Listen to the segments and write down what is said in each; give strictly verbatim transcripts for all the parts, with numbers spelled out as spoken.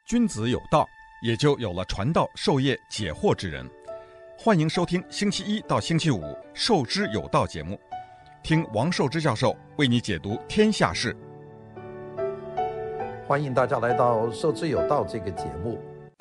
君子有道，也就有了传道授业解惑之人。欢迎收听星期一到星期五授之有道节目，听王寿之教授为你解读天下事。 欢迎大家来到授之有道这个节目。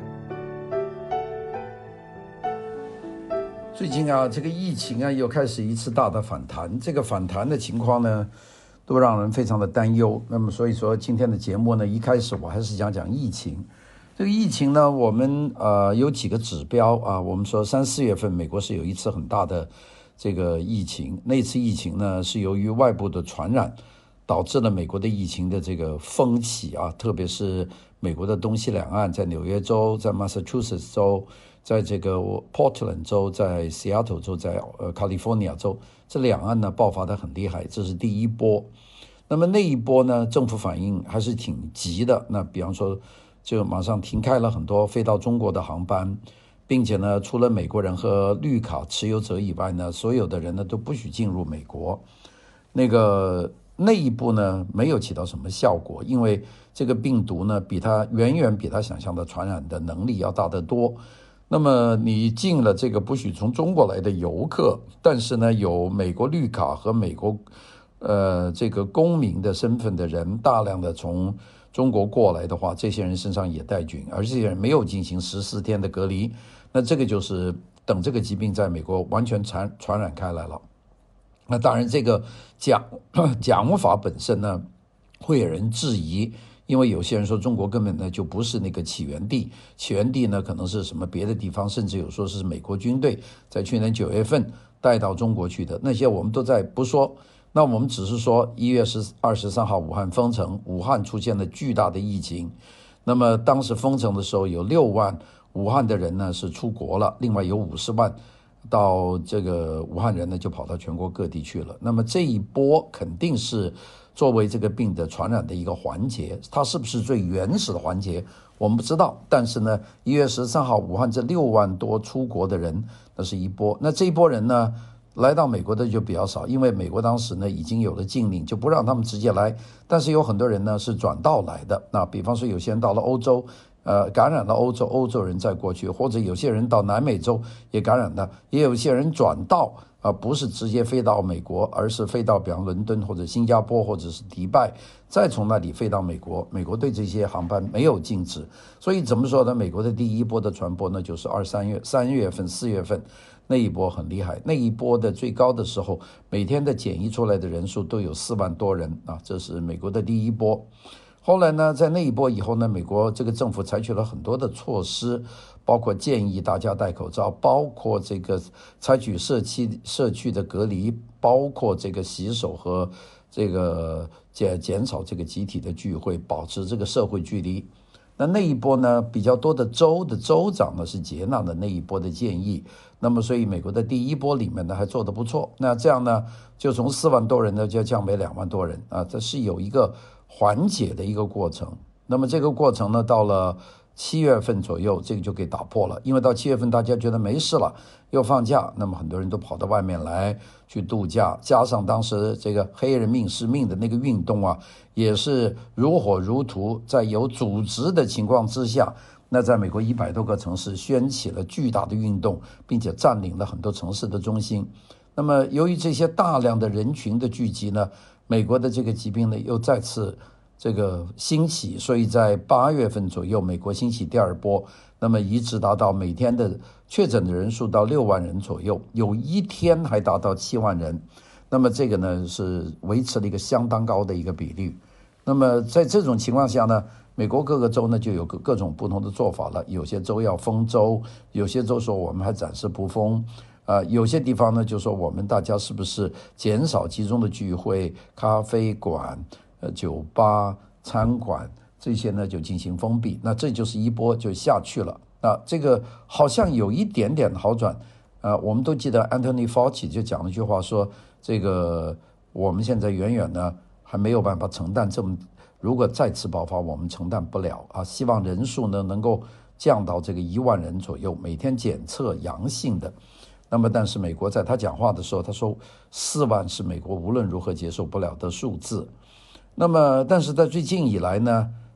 最近啊，这个疫情啊又开始一次大的反弹，这个反弹的情况呢都让人非常的担忧。那么所以说今天的节目呢，一开始我还是讲讲疫情。这个疫情呢，我们呃有几个指标啊，我们说三四月份美国是有一次很大的这个疫情，那次疫情呢是由于外部的传染导致了美国的疫情的这个风起啊，特别是美国的东西两岸，在纽约州，在 Massachusetts 州，在这个 Portland 州，在 Seattle 州，在呃 California 州，这两岸呢爆发得很厉害，这是第一波。那么那一波呢，政府反应还是挺急的，那比方说就马上停开了很多飞到中国的航班，并且呢，除了美国人和绿卡持有者以外呢，所有的人呢都不许进入美国。那个那一步呢，没有起到什么效果，因为这个病毒呢，比它远远比它想象的传染的能力要大得多。那么你进了这个不许从中国来的游客，但是呢，有美国绿卡和美国呃这个公民的身份的人，大量的从中国过来的话，这些人身上也带菌，而这些人没有进行十四天的隔离，那这个就是等这个疾病在美国完全传传染开来了。那当然这个讲讲法本身呢会有人质疑，因为有些人说中国根本呢就不是那个起源地，起源地呢可能是什么别的地方，甚至有说是美国军队在去年九月份带到中国去的，那些我们都在不说。那我们只是说一月二十三号武汉封城，武汉出现了巨大的疫情。那么当时封城的时候有六万武汉的人呢是出国了，另外有五十万到这个武汉人呢就跑到全国各地去了。那么这一波肯定是作为这个病的传染的一个环节，它是不是最原始的环节我们不知道，但是呢一月十三号武汉这六万多出国的人，那是一波。那这一波人呢来到美国的就比较少，因为美国当时呢已经有了禁令，就不让他们直接来，但是有很多人呢是转道来的。那比方说有些人到了欧洲呃，感染了欧洲，欧洲人再过去，或者有些人到南美洲也感染了，也有些人转道啊、呃，不是直接飞到美国，而是飞到比方伦敦或者新加坡或者是迪拜，再从那里飞到美国。美国对这些航班没有禁止，所以怎么说呢？美国的第一波的传播呢，就是二三月、三月份、四月份那一波很厉害，那一波的最高的时候，每天的检疫出来的人数都有四万多人啊，这是美国的第一波。后来呢，在那一波以后呢，美国这个政府采取了很多的措施，包括建议大家戴口罩，包括这个采取社区社区的隔离，包括这个洗手和这个减减少这个集体的聚会，保持这个社会距离。那那一波呢，比较多的州的州长呢是接纳了那一波的建议，那么所以美国的第一波里面呢还做得不错。那这样呢，就从四万多人呢就降为两万多人啊，这是有一个缓解的一个过程。那么这个过程呢，到了七月份左右，这个就给打破了，因为到七月份大家觉得没事了，又放假，那么很多人都跑到外面来去度假，加上当时这个黑人命是命的那个运动啊，也是如火如荼，在有组织的情况之下，那在美国一百多个城市掀起了巨大的运动，并且占领了很多城市的中心。那么由于这些大量的人群的聚集呢，美国的这个疾病呢又再次这个兴起，所以在八月份左右，美国兴起第二波，那么一直达到每天的确诊的人数到六万人左右，有一天还达到七万人。那么这个呢是维持了一个相当高的一个比率。那么在这种情况下呢，美国各个州呢就有各各种不同的做法了，有些州要封州，有些州说我们还暂时不封。呃，有些地方呢就说我们大家是不是减少集中的聚会，咖啡馆、呃酒吧、餐馆这些呢就进行封闭，那这就是一波就下去了。那这个好像有一点点好转，呃，我们都记得 Anthony Fauci 就讲了一句话说，这个我们现在远远呢还没有办法承担这么，如果再次爆发我们承担不了啊，希望人数呢能够降到这个一万人左右，每天检测阳性的。那么但是美国在他讲话的时候，他说四万是美国无论如何接受不了的数字。那么但是在最近以来呢，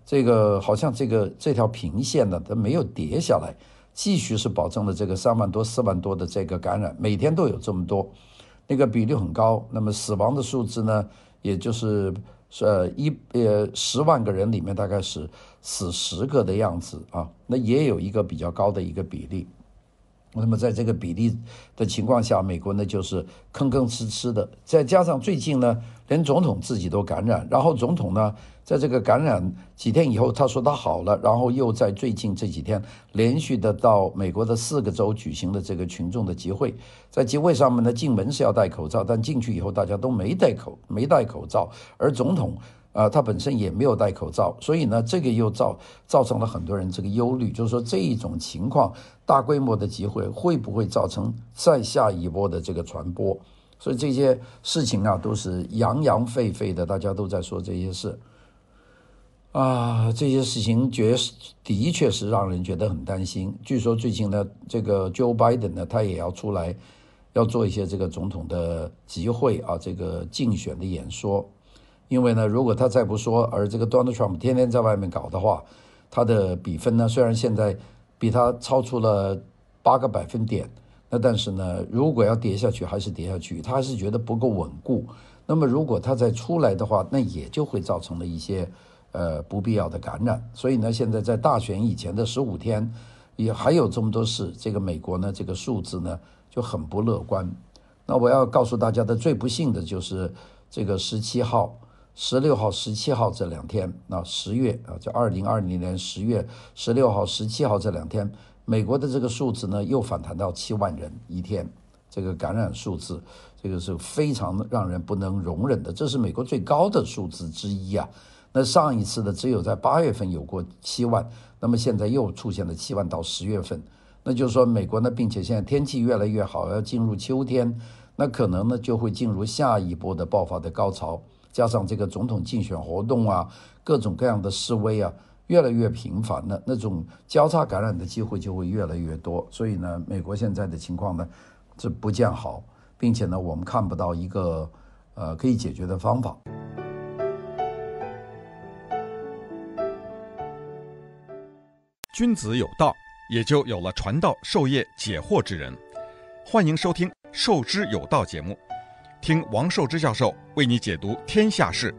这个好像这个这条平线呢，它没有跌下来，继续是保证了这个三万多、四万多的这个感染，每天都有这么多，那个比例很高。那么死亡的数字呢，也就是呃一呃十万个人里面大概是死十个的样子啊，那也有一个比较高的一个比例。那么在这个比例的情况下，美国呢就是吭吭哧哧的，再加上最近呢，连总统自己都感染，然后总统呢，在这个感染几天以后，他说他好了，然后又在最近这几天连续的到美国的四个州举行的这个群众的集会，在集会上面呢，进门是要戴口罩，但进去以后大家都没戴口没戴口罩，而总统啊、呃，他本身也没有戴口罩，所以呢，这个又造造成了很多人这个忧虑，就是说这一种情况，大规模的集会会不会造成再下一波的这个传播？所以这些事情啊，都是洋洋沸沸的，大家都在说这些事啊，这些事情觉的确是让人觉得很担心。据说最近呢，这个 Joe Biden 呢，他也要出来要做一些这个总统的集会啊，这个竞选的演说。因为呢，如果他再不说，而这个 Donald Trump 天天在外面搞的话，他的比分呢，虽然现在比他超出了八个百分点，那但是呢，如果要跌下去，还是跌下去，他还是觉得不够稳固。那么如果他再出来的话，那也就会造成了一些呃不必要的感染。所以呢，现在在大选以前的十五天，也还有这么多事，这个美国呢，这个数字呢就很不乐观。那我要告诉大家的最不幸的就是这个十七号。十六号、十七号这两天，那十月啊，就二零二零年十月十六号、十七号这两天，美国的这个数字呢又反弹到七万人一天，这个感染数字，这个是非常让人不能容忍的，这是美国最高的数字之一啊。那上一次的只有在八月份有过七万，那么现在又出现了七万到十月份，那就是说美国呢，并且现在天气越来越好，要进入秋天，那可能呢就会进入下一波的爆发的高潮。加上这个总统竞选活动啊，各种各样的示威啊，越来越频繁了，那种交叉感染的机会就会越来越多。所以呢，美国现在的情况呢是不见好，并且呢，我们看不到一个呃可以解决的方法。 君子有道，也就有了传道授业解惑之人。欢迎收听《授之有道》节目。听王寿之教授为你解读天下事。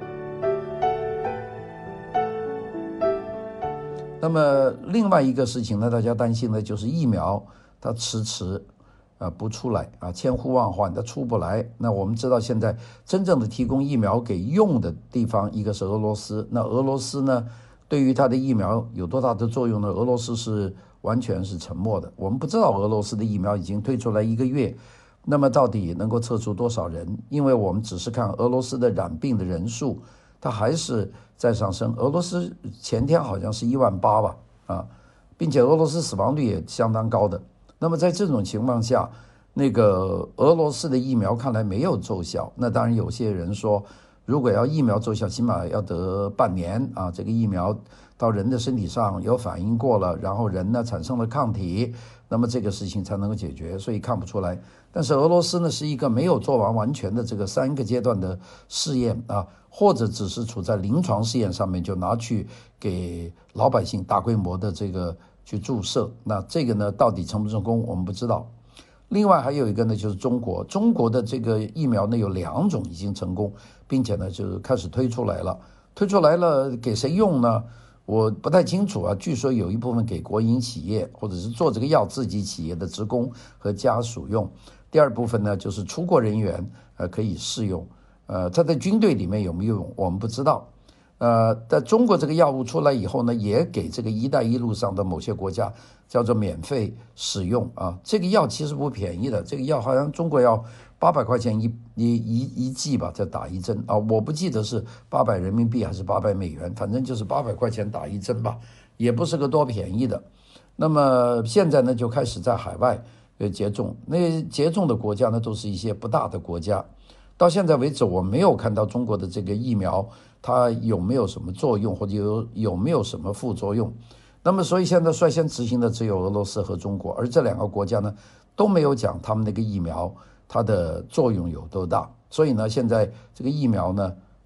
那么另外一个事情呢，大家担心的就是疫苗它迟迟啊不出来啊，千呼万唤它出不来。那我们知道现在真正的提供疫苗给用的地方，一个是俄罗斯。那俄罗斯呢，对于它的疫苗有多大的作用呢？俄罗斯是完全是沉默的。我们不知道俄罗斯的疫苗已经推出来一个月。那么到底能够测出多少人？因为我们只是看俄罗斯的染病的人数，它还是在上升。俄罗斯前天好像是一万八吧，啊，并且俄罗斯死亡率也相当高的。那么在这种情况下，那个俄罗斯的疫苗看来没有奏效。那当然有些人说，如果要疫苗奏效，起码要得半年啊，这个疫苗到人的身体上有反应过了，然后人呢产生了抗体，那么这个事情才能够解决，所以看不出来。但是俄罗斯呢是一个没有做完完全的这个三个阶段的试验啊，或者只是处在临床试验上面就拿去给老百姓大规模的这个去注射，那这个呢到底成不成功我们不知道。另外还有一个呢就是中国，中国的这个疫苗呢有两种已经成功，并且呢就是开始推出来了，推出来了给谁用呢？我不太清楚啊，据说有一部分给国营企业或者是做这个药自己企业的职工和家属用。第二部分呢，就是出国人员呃可以试用，呃，他在军队里面有没有用，我们不知道。呃，在中国这个药物出来以后呢，也给这个“一带一路”上的某些国家叫做免费使用啊。这个药其实不便宜的，这个药好像中国要八百块钱一一一一剂吧，再打一针啊。我不记得是八百人民币还是八百美元，反正就是八百块钱打一针吧，也不是个多便宜的。那么现在呢，就开始在海外呃接种，那接种的国家呢，都是一些不大的国家。到现在为止，我没有看到中国的这个疫苗它有没有什么作用，或者有有没有什么副作用。那么所以现在率先执行的只有俄罗斯和中国，而这两个国家呢都没有讲他们那个疫苗它的作用有多大。所以呢，现在这个疫苗呢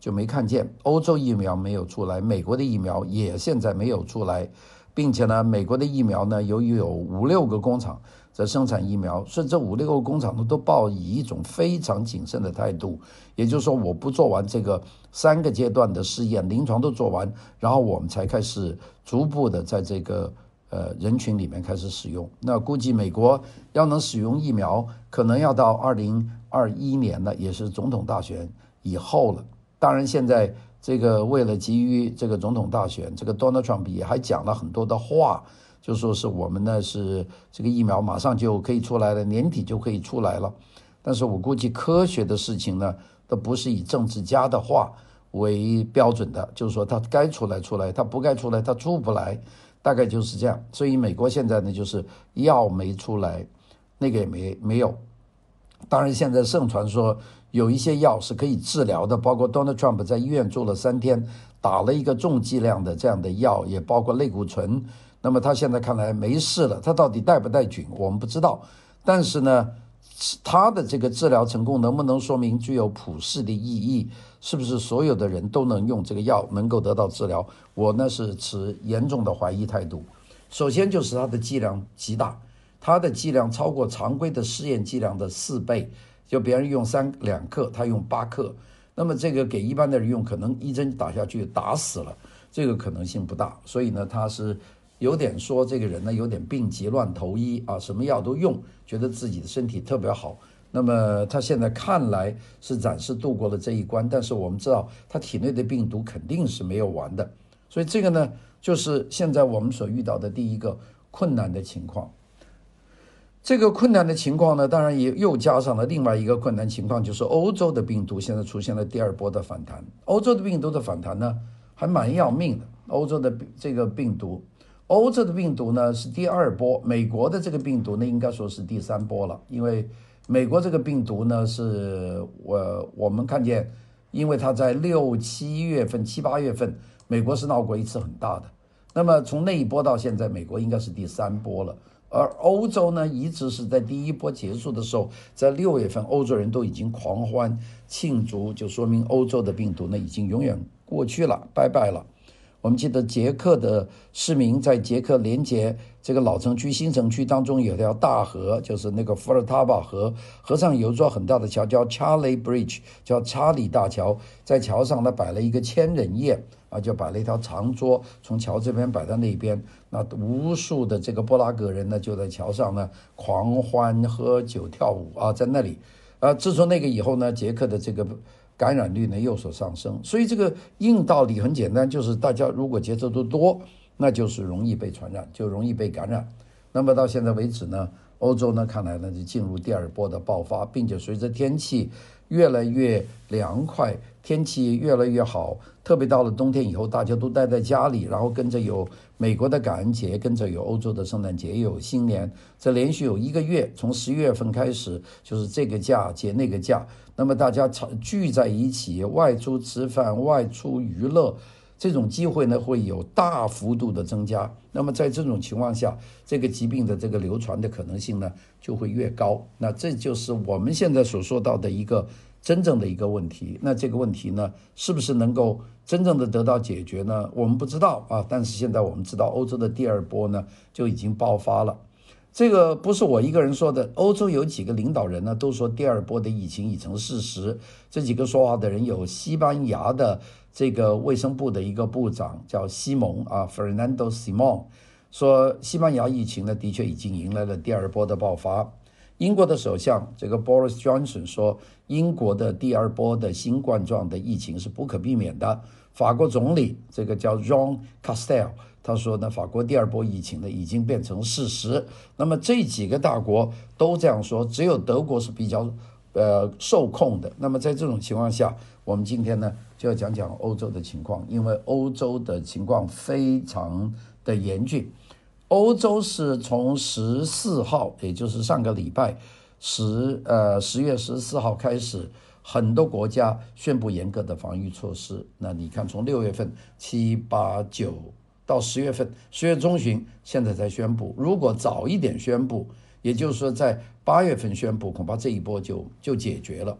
就没看见。欧洲疫苗没有出来，美国的疫苗也现在没有出来，并且呢，美国的疫苗呢，由于有五六个工厂在生产疫苗，所以这五六个工厂呢都抱以一种非常谨慎的态度，也就是说，我不做完这个三个阶段的试验，临床都做完，然后我们才开始逐步的在这个呃人群里面开始使用。那估计美国要能使用疫苗，可能要到二零二一年了，也是总统大选以后了。当然，现在这个为了急于这个总统大选，这个 Donald Trump 也还讲了很多的话，就说是我们呢是这个疫苗马上就可以出来了，年底就可以出来了。但是我估计科学的事情呢，都不是以政治家的话为标准的，就是说他该出来出来，他不该出来他出不来，大概就是这样。所以美国现在呢，就是药没出来，那个也没没有。当然，现在盛传说有一些药是可以治疗的，包括 Donald Trump 在医院住了三天，打了一个重剂量的这样的药，也包括类固醇。那么他现在看来没事了，他到底带不带菌我们不知道。但是呢，他的这个治疗成功能不能说明具有普世的意义？是不是所有的人都能用这个药能够得到治疗？我呢是持严重的怀疑态度。首先就是它的剂量极大。它的剂量超过常规的试验剂量的四倍，就别人用三两克，他用八克，那么这个给一般的人用，可能一针打下去打死了，这个可能性不大。所以呢，他是有点说这个人呢有点病急乱投医啊，什么药都用，觉得自己的身体特别好。那么他现在看来是暂时度过了这一关，但是我们知道他体内的病毒肯定是没有完的，所以这个呢就是现在我们所遇到的第一个困难的情况。这个困难的情况呢，当然也又加上了另外一个困难情况，就是欧洲的病毒现在出现了第二波的反弹。欧洲的病毒的反弹呢，还蛮要命的。欧洲的这个病毒，欧洲的病毒呢是第二波，美国的这个病毒呢应该说是第三波了。因为美国这个病毒呢是我我们看见，因为它在六七月份、七八月份，美国是闹过一次很大的。那么从那一波到现在，美国应该是第三波了。而欧洲呢，一直是在第一波结束的时候，在六月份，欧洲人都已经狂欢庆祝，就说明欧洲的病毒呢已经永远过去了，拜拜了。我们记得捷克的市民在捷克连接这个老城区、新城区当中有条大河，就是那个伏尔塔巴河，河上有一座很大的桥叫 Charlie Bridge， 叫查理大桥，在桥上呢摆了一个千人宴啊，就摆了一条长桌，从桥这边摆到那边，那无数的这个布拉格人呢就在桥上呢狂欢、喝酒、跳舞啊，在那里。啊，自从那个以后呢，捷克的这个感染率呢有所上升，所以这个硬道理很简单，就是大家如果接触的多，那就是容易被传染，就容易被感染。那么到现在为止呢，欧洲呢看来呢就进入第二波的爆发，并且随着天气越来越凉快，天气越来越好，特别到了冬天以后，大家都待在家里，然后跟着有美国的感恩节，跟着有欧洲的圣诞节，又有新年，这连续有一个月，从十一月份开始，就是这个假节那个假，那么大家聚在一起，外出吃饭，外出娱乐，这种机会呢会有大幅度的增加。那么在这种情况下，这个疾病的这个流传的可能性呢就会越高。那这就是我们现在所说到的一个真正的一个问题。那这个问题呢，是不是能够真正的得到解决呢？我们不知道啊。但是现在我们知道，欧洲的第二波呢就已经爆发了。这个不是我一个人说的，欧洲有几个领导人呢都说第二波的疫情已成事实。这几个说话的人有西班牙的这个卫生部的一个部长叫西蒙啊 Fernando Simon， 说西班牙疫情呢的确已经迎来了第二波的爆发。英国的首相这个 Boris Johnson 说，英国的第二波的新冠状的疫情是不可避免的。法国总理这个叫 Jean Castex， 他说呢，法国第二波疫情呢已经变成事实。那么这几个大国都这样说，只有德国是比较呃受控的。那么在这种情况下，我们今天呢就要讲讲欧洲的情况，因为欧洲的情况非常的严峻。欧洲是从十四号，也就是上个礼拜十呃十月十四号开始，很多国家宣布严格的防御措施。那你看，从六月份、七八九到十月份，十月中旬，现在才宣布。如果早一点宣布，也就是说在八月份宣布，恐怕这一波就就解决了。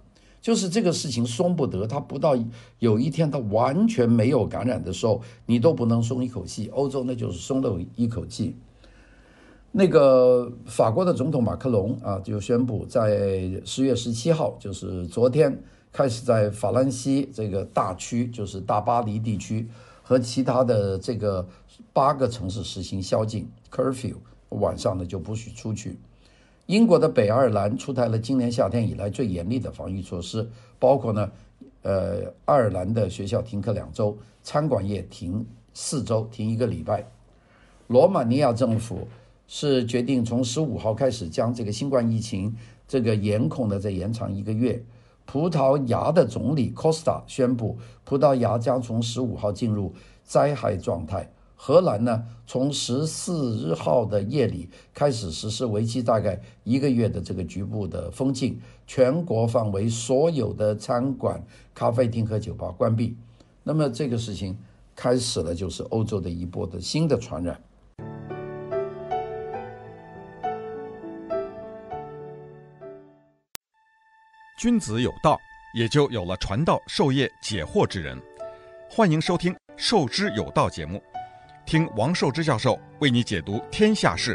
就是这个事情松不得，它不到有一天它完全没有感染的时候，你都不能松一口气。欧洲呢就是松了一口气。那个法国的总统马克龙啊，就宣布在十月十七号，就是昨天开始在法兰西这个大区，就是大巴黎地区和其他的这个八个城市实行宵禁 curfew， 晚上呢就不许出去。英国的北爱尔兰出台了今年夏天以来最严厉的防疫措施，包括呢，呃，爱尔兰的学校停课两周，餐馆业停四周，停一个礼拜。罗马尼亚政府是决定从十五号开始将这个新冠疫情这个严控的再延长一个月。葡萄牙的总理 Costa 宣布，葡萄牙将从十五号进入灾害状态。荷兰呢，从十四号的夜里开始实施为期大概一个月的这个局部的封禁，全国范围所有的餐馆、咖啡厅和酒吧关闭。那么这个事情开始了，就是欧洲的一波的新的传染。 君子有道，也就有了传道授业解惑之人。欢迎收听《授之有道》节目，听王寿之教授为你解读天下事。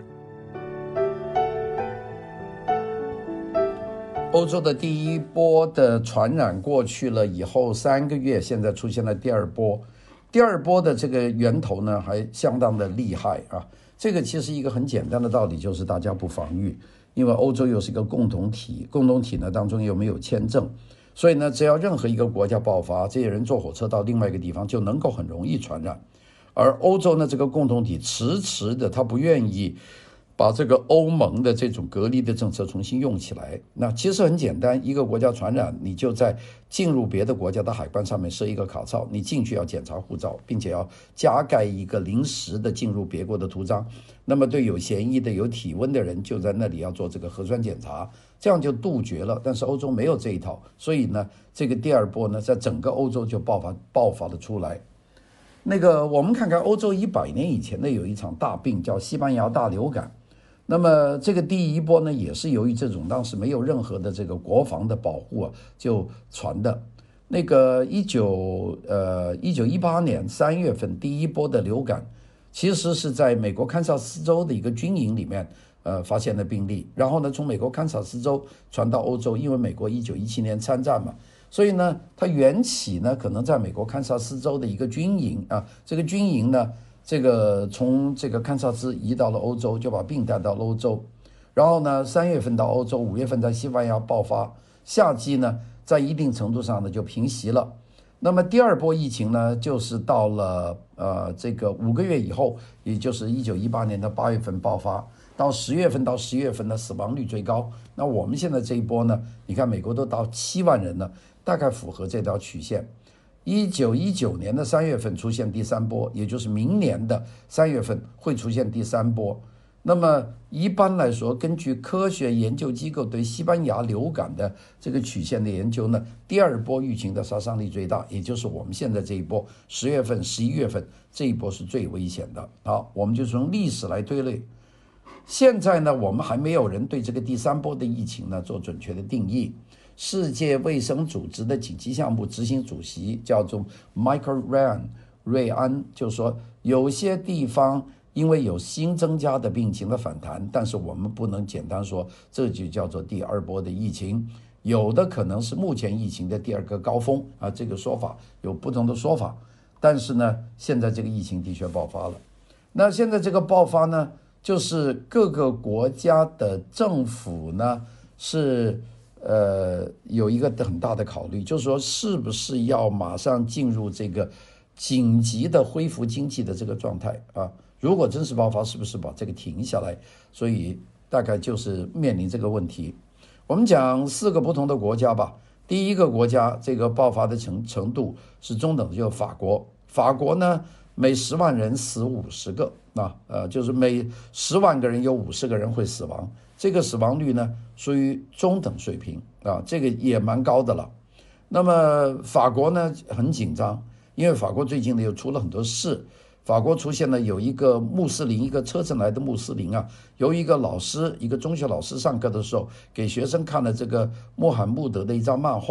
欧洲的第一波的传染过去了以后三个月，现在出现了第二波。第二波的这个源头呢，还相当的厉害啊。这个其实一个很简单的道理，就是大家不防御。因为欧洲又是一个共同体，共同体呢当中又没有签证，所以呢，只要任何一个国家爆发，这些人坐火车到另外一个地方就能够很容易传染。而欧洲呢，这个共同体迟迟的，他不愿意把这个欧盟的这种隔离的政策重新用起来。那其实很简单，一个国家传染，你就在进入别的国家的海关上面设一个卡槽，你进去要检查护照，并且要加盖一个临时的进入别国的图章。那么对有嫌疑的、有体温的人，就在那里要做这个核酸检查，这样就杜绝了。但是欧洲没有这一套，所以呢，这个第二波呢，在整个欧洲就爆发爆发了出来。那个我们看看欧洲一百年以前的有一场大病叫西班牙大流感。那么这个第一波呢，也是由于这种当时没有任何的这个国防的保护啊，就传的。那个一九呃一九一八年三月份第一波的流感，其实是在美国堪萨斯州的一个军营里面呃发现的病例，然后呢从美国堪萨斯州传到欧洲，因为美国一九一七年参战嘛，所以呢它缘起呢可能在美国堪萨斯州的一个军营啊，这个军营呢。这个从这个堪萨斯移到了欧洲，就把病带到了欧洲，然后呢，三月份到欧洲，五月份在西班牙爆发，夏季呢，在一定程度上呢就平息了。那么第二波疫情呢，就是到了呃这个五个月以后，也就是一九一八年的八月份爆发，到十月份到十月份的死亡率最高。那我们现在这一波呢，你看美国都到七万人了，大概符合这条曲线。一九一九年的三月份出现第三波，也就是明年的三月份会出现第三波。那么一般来说，根据科学研究机构对西班牙流感的这个曲线的研究呢，第二波疫情的杀伤力最大，也就是我们现在这一波十月份、十一月份这一波是最危险的。好，我们就从历史来推论。现在呢，我们还没有人对这个第三波的疫情呢做准确的定义。世界卫生组织的紧急项目执行主席叫做 Michael Ryan 瑞安，就说有些地方因为有新增加的病情的反弹，但是我们不能简单说这就叫做第二波的疫情，有的可能是目前疫情的第二个高峰啊，这个说法有不同的说法，但是呢，现在这个疫情的确爆发了。那现在这个爆发呢，就是各个国家的政府呢是。呃，有一个很大的考虑，就是说是不是要马上进入这个紧急的恢复经济的这个状态啊？如果真实爆发，是不是把这个停下来？所以大概就是面临这个问题。我们讲四个不同的国家吧。第一个国家这个爆发的程程度是中等的，就是法国。法国呢，每十万人死五十个啊，呃，就是每十万个人有五十个人会死亡。这个死亡率呢，属于中等水平啊，这个也蛮高的了。那么法国呢很紧张，因为法国最近呢又出了很多事。法国出现了有一个穆斯林，一个车臣来的穆斯林啊，由一个老师，一个中学老师上课的时候，给学生看了这个穆罕默德的一张漫画，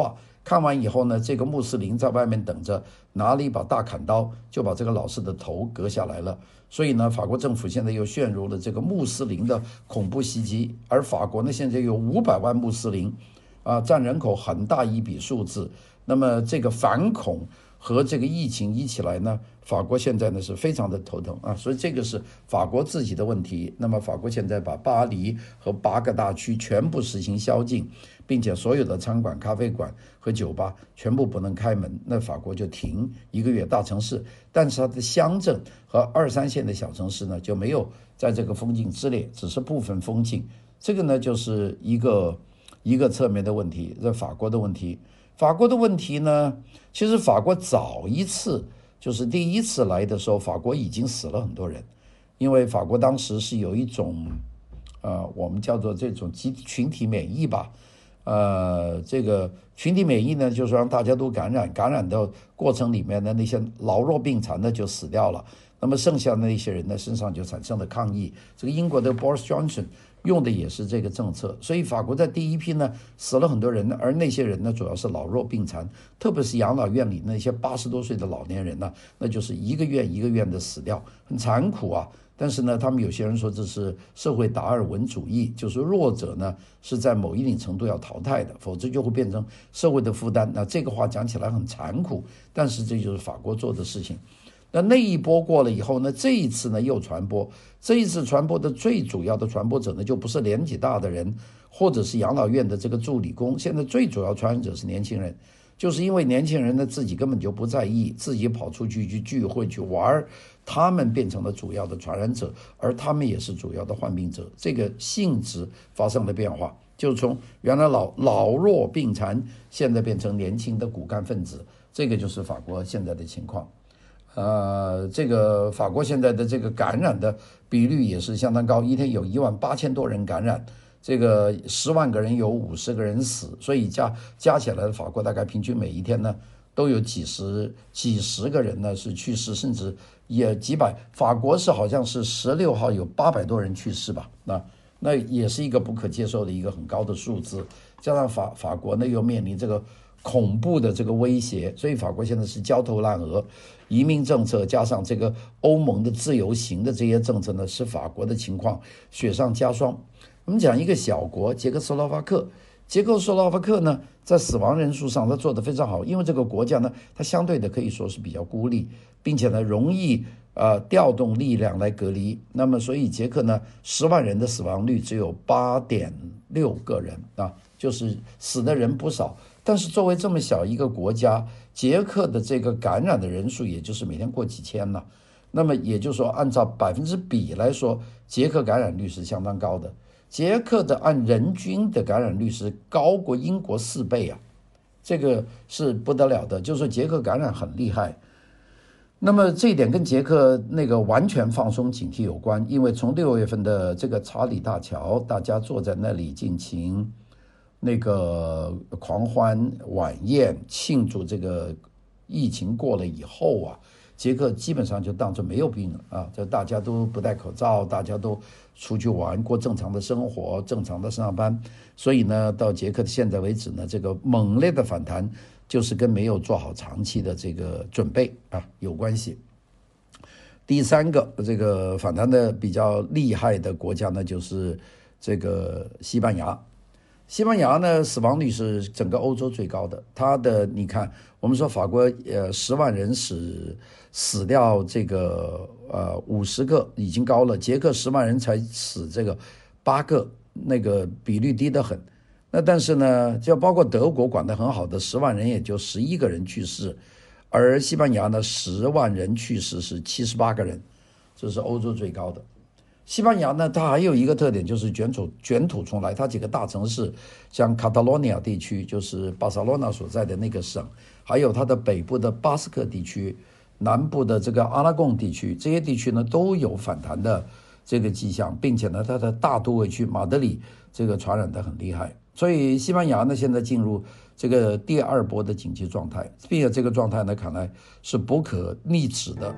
看完以后呢，这个穆斯林在外面等着，拿了一把大砍刀，就把这个老师的头割下来了。所以呢，法国政府现在又陷入了这个穆斯林的恐怖袭击，而法国呢，现在有五百万穆斯林，啊，占人口很大一笔数字。那么这个反恐和这个疫情一起来呢，法国现在呢是非常的头疼啊，所以这个是法国自己的问题。那么法国现在把巴黎和八个大区全部实行宵禁，并且所有的餐馆、咖啡馆和酒吧全部不能开门，那法国就停一个月。大城市，但是它的乡镇和二三线的小城市呢就没有在这个封禁之列，只是部分封禁。这个呢就是一个一个侧面的问题，这法国的问题。法国的问题呢，其实法国早一次就是第一次来的时候，法国已经死了很多人，因为法国当时是有一种呃我们叫做这种集群体免疫吧。呃，这个群体免疫呢，就是让大家都感染，感染的过程里面的那些老弱病残的就死掉了，那么剩下的那些人呢，身上就产生了抗议。这个英国的 Boris Johnson 用的也是这个政策，所以法国在第一批呢死了很多人，而那些人呢主要是老弱病残，特别是养老院里那些八十多岁的老年人呢，那就是一个院一个院的死掉，很残酷啊。但是呢，他们有些人说这是社会达尔文主义，就是弱者呢是在某一定程度要淘汰的，否则就会变成社会的负担。那这个话讲起来很残酷，但是这就是法国做的事情。那那一波过了以后呢，这一次呢又传播，这一次传播的最主要的传播者呢就不是年纪大的人，或者是养老院的这个助理工，现在最主要传染者是年轻人。就是因为年轻人呢自己根本就不在意，自己跑出去去聚会去玩，他们变成了主要的传染者，而他们也是主要的患病者。这个性质发生了变化，就是从原来老老弱病残，现在变成年轻的骨干分子，这个就是法国现在的情况。呃，这个法国现在的这个感染的比率也是相当高，一天有一万八千多人感染。这个十万个人有五十个人死，所以加加起来，法国大概平均每一天呢都有几十几十个人呢是去世，甚至也几百。法国是好像是十六号有八百多人去世吧，那那也是一个不可接受的一个很高的数字。加上法法国呢又面临这个恐怖的这个威胁，所以法国现在是焦头烂额。移民政策加上这个欧盟的自由行的这些政策呢，使法国的情况雪上加霜。我们讲一个小国捷克斯洛伐克，捷克斯洛伐克呢，在死亡人数上它做得非常好，因为这个国家呢，它相对的可以说是比较孤立，并且呢容易呃调动力量来隔离。那么所以捷克呢，十万人的死亡率只有八点六个人啊，就是死的人不少。但是作为这么小一个国家，捷克的这个感染的人数也就是每天过几千了。那么也就是说，按照百分之比来说，捷克感染率是相当高的。捷克的按人均的感染率是高过英国四倍啊，这个是不得了的，就是捷克感染很厉害。那么这一点跟捷克那个完全放松警惕有关，因为从六月份的这个查理大桥，大家坐在那里进行那个狂欢晚宴庆祝这个疫情过了以后啊，捷克基本上就当作没有病了啊，就大家都不戴口罩，大家都出去玩，过正常的生活，正常的上班。所以呢，到捷克的现在为止呢，这个猛烈的反弹就是跟没有做好长期的这个准备啊有关系。第三个这个反弹的比较厉害的国家呢，就是这个西班牙。西班牙呢，死亡率是整个欧洲最高的。它的你看，我们说法国呃十万人死死掉这个呃五十个已经高了，捷克十万人才死这个八个，那个比率低得很。那但是呢，就包括德国管得很好的十万人也就十一个人去世，而西班牙呢十万人去世是七十八个人，这是欧洲最高的。西班牙呢，它还有一个特点，就是卷土卷土重来。它几个大城市，像卡塔罗尼亚地区，就是巴塞罗那所在的那个省，还有它的北部的巴斯克地区，南部的这个阿拉贡地区，这些地区呢都有反弹的这个迹象，并且呢，它的大都会区马德里这个传染得很厉害。所以西班牙呢，现在进入这个第二波的紧急状态，并且这个状态呢，看来是不可逆止的。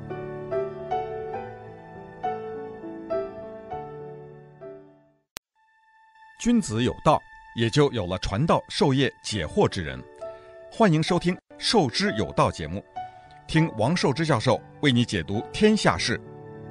君子有道，也就有了传道授业解惑之人。 欢迎收听《授之有道》节目，听王寿之教授为你解读天下事。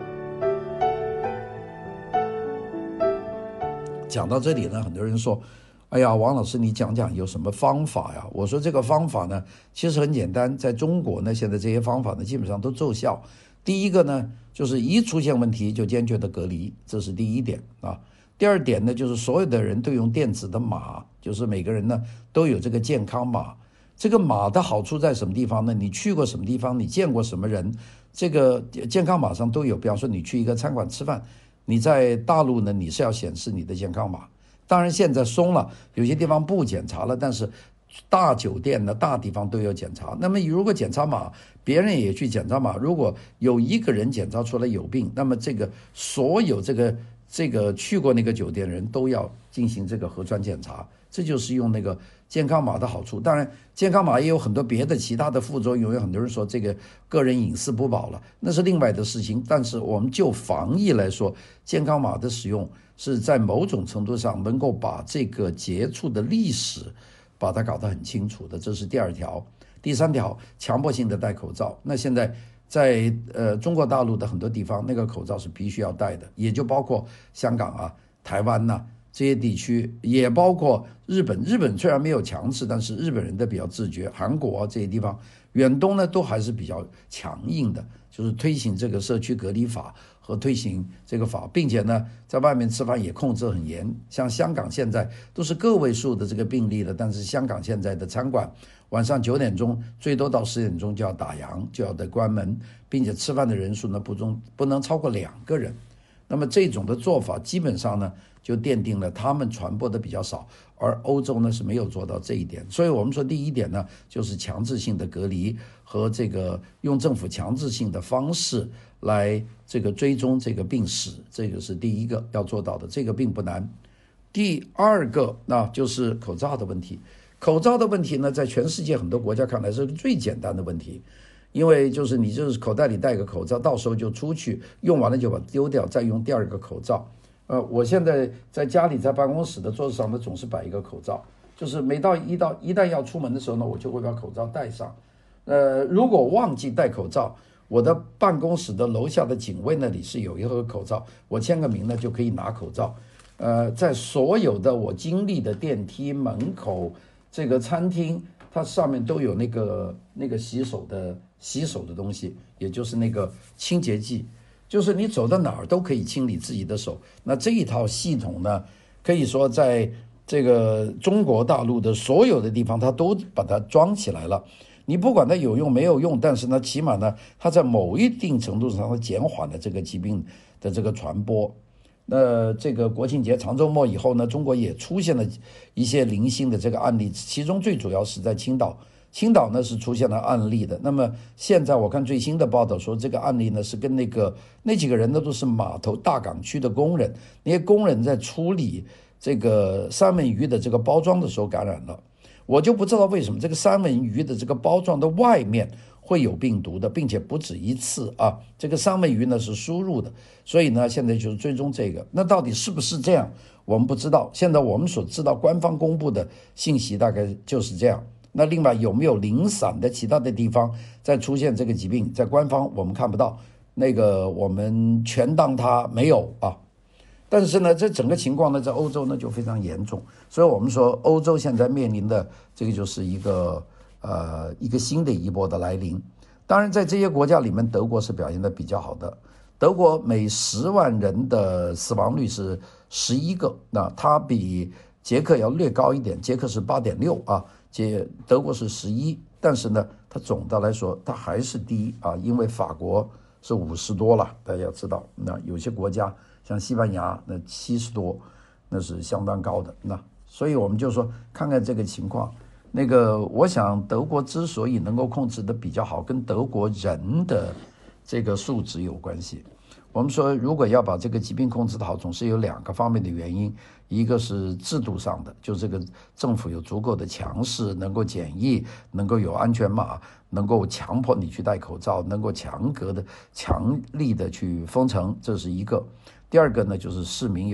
讲到这里呢，很多人说，哎呀，王老师你讲讲有什么方法呀？我说这个方法呢其实很简单，在中国呢现在这些方法呢基本上都奏效。第一个呢就是一出现问题就坚决的隔离，这是第一点啊。第二点呢就是所有的人都用电子的码，就是每个人呢都有这个健康码。这个码的好处在什么地方呢？你去过什么地方，你见过什么人，这个健康码上都有。比方说你去一个餐馆吃饭，你在大陆呢你是要显示你的健康码，当然现在松了，有些地方不检查了，但是大酒店呢大地方都有检查。那么如果检查码别人也去检查码，如果有一个人检查出来有病，那么这个所有这个这个去过那个酒店的人都要进行这个核酸检查，这就是用那个健康码的好处。当然健康码也有很多别的其他的副作用，有很多人说这个个人隐私不保了，那是另外的事情。但是我们就防疫来说，健康码的使用是在某种程度上能够把这个接触的历史把它搞得很清楚的，这是第二条。第三条，强迫性的戴口罩。那现在在呃中国大陆的很多地方，那个口罩是必须要戴的，也就包括香港啊、台湾呐、啊、这些地区，也包括日本。日本虽然没有强制，但是日本人的比较自觉。韩国啊这些地方，远东呢都还是比较强硬的，就是推行这个社区隔离法和推行这个法，并且呢在外面吃饭也控制很严。像香港现在都是个位数的这个病例了，但是香港现在的餐馆晚上九点钟最多到十点钟就要打烊，就要得关门，并且吃饭的人数呢不中不能超过两个人。那么这种的做法基本上呢就奠定了他们传播的比较少，而欧洲呢是没有做到这一点。所以我们说第一点呢就是强制性的隔离和这个用政府强制性的方式来这个追踪这个病史，这个是第一个要做到的，这个并不难。第二个那就是口罩的问题。口罩的问题呢，在全世界很多国家看来是最简单的问题，因为就是你就是口袋里带个口罩，到时候就出去，用完了就把它丢掉，再用第二个口罩。呃，我现在在家里在办公室的桌子上呢，总是摆一个口罩，就是每到一到一旦要出门的时候呢，我就会把口罩戴上。呃，如果忘记戴口罩，我的办公室的楼下的警卫那里是有一盒口罩，我签个名呢就可以拿口罩。呃，在所有的我经历的电梯门口，这个餐厅，它上面都有那个那个洗手的洗手的东西，也就是那个清洁剂，就是你走到哪儿都可以清理自己的手。那这一套系统呢，可以说在这个中国大陆的所有的地方，它都把它装起来了。你不管它有用没有用，但是呢，起码呢，它在某一定程度上它减缓了这个疾病的这个传播。那这个国庆节长周末以后呢，中国也出现了一些零星的这个案例，其中最主要是在青岛，青岛呢是出现了案例的。那么现在我看最新的报道说，这个案例呢是跟那个那几个人呢都是码头大港区的工人，那些工人在处理这个三文鱼的这个包装的时候感染了。我就不知道为什么这个三文鱼的这个包装的外面会有病毒的，并且不止一次啊！这个三文鱼呢是输入的，所以呢现在就是追踪这个。那到底是不是这样，我们不知道。现在我们所知道官方公布的信息大概就是这样。那另外有没有零散的其他的地方在出现这个疾病，在官方我们看不到，那个我们全当它没有啊。但是呢，这整个情况呢，在欧洲呢就非常严重，所以我们说欧洲现在面临的这个就是一个呃一个新的一波的来临。当然，在这些国家里面，德国是表现的比较好的。德国每十万人的死亡率是十一个，那它比捷克要略高一点，捷克是八点六啊，捷德国是十一，但是呢，它总的来说它还是低啊，因为法国是五十多了，大家要知道，那有些国家。像西班牙那七十多，那是相当高的。那所以我们就说看看这个情况。那个我想德国之所以能够控制的比较好，跟德国人的这个素质有关系。我们说如果要把这个疾病控制得好，总是有两个方面的原因，一个是制度上的，就这个政府有足够的强势，能够检疫，能够有安全码，能够强迫你去戴口罩，能够强格的强力的去封城，这是一个。第二个呢，就是市民有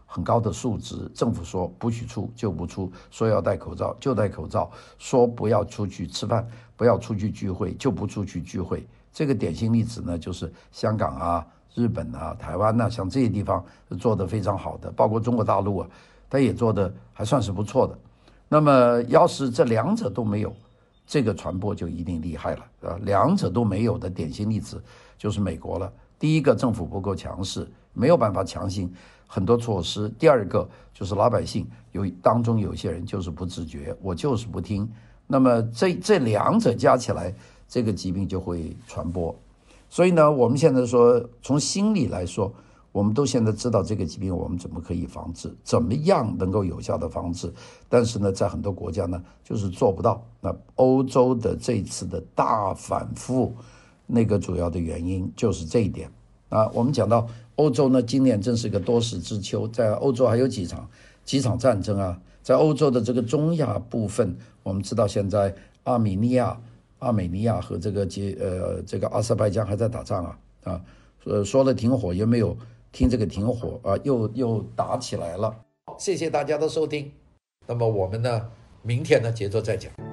很高的数值，政府说不许出就不出，说要戴口罩就戴口罩，说不要出去吃饭，不要出去聚会就不出去聚会。这个典型例子呢，就是香港啊、日本啊、台湾啊，像这些地方做得非常好的，包括中国大陆啊，它也做得还算是不错的。那么要是这两者都没有，这个传播就一定厉害了啊！两者都没有的典型例子就是美国了。第一个，政府不够强势，没有办法强行很多措施；第二个就是老百姓有当中有些人就是不自觉，我就是不听。那么这这两者加起来，这个疾病就会传播。所以呢，我们现在说从心理来说，我们都现在知道这个疾病我们怎么可以防治，怎么样能够有效的防治。但是呢，在很多国家呢，就是做不到。那欧洲的这一次的大反复，那个主要的原因就是这一点啊。我们讲到欧洲呢，今年真是个多事之秋，在欧洲还有几场几场战争啊。在欧洲的这个中亚部分，我们知道现在阿米尼亚、阿美尼亚和这个呃这个阿塞拜疆还在打仗啊啊，呃说了停火也没有听这个停火啊，又又打起来了。谢谢大家的收听，那么我们呢，明天呢接着再讲。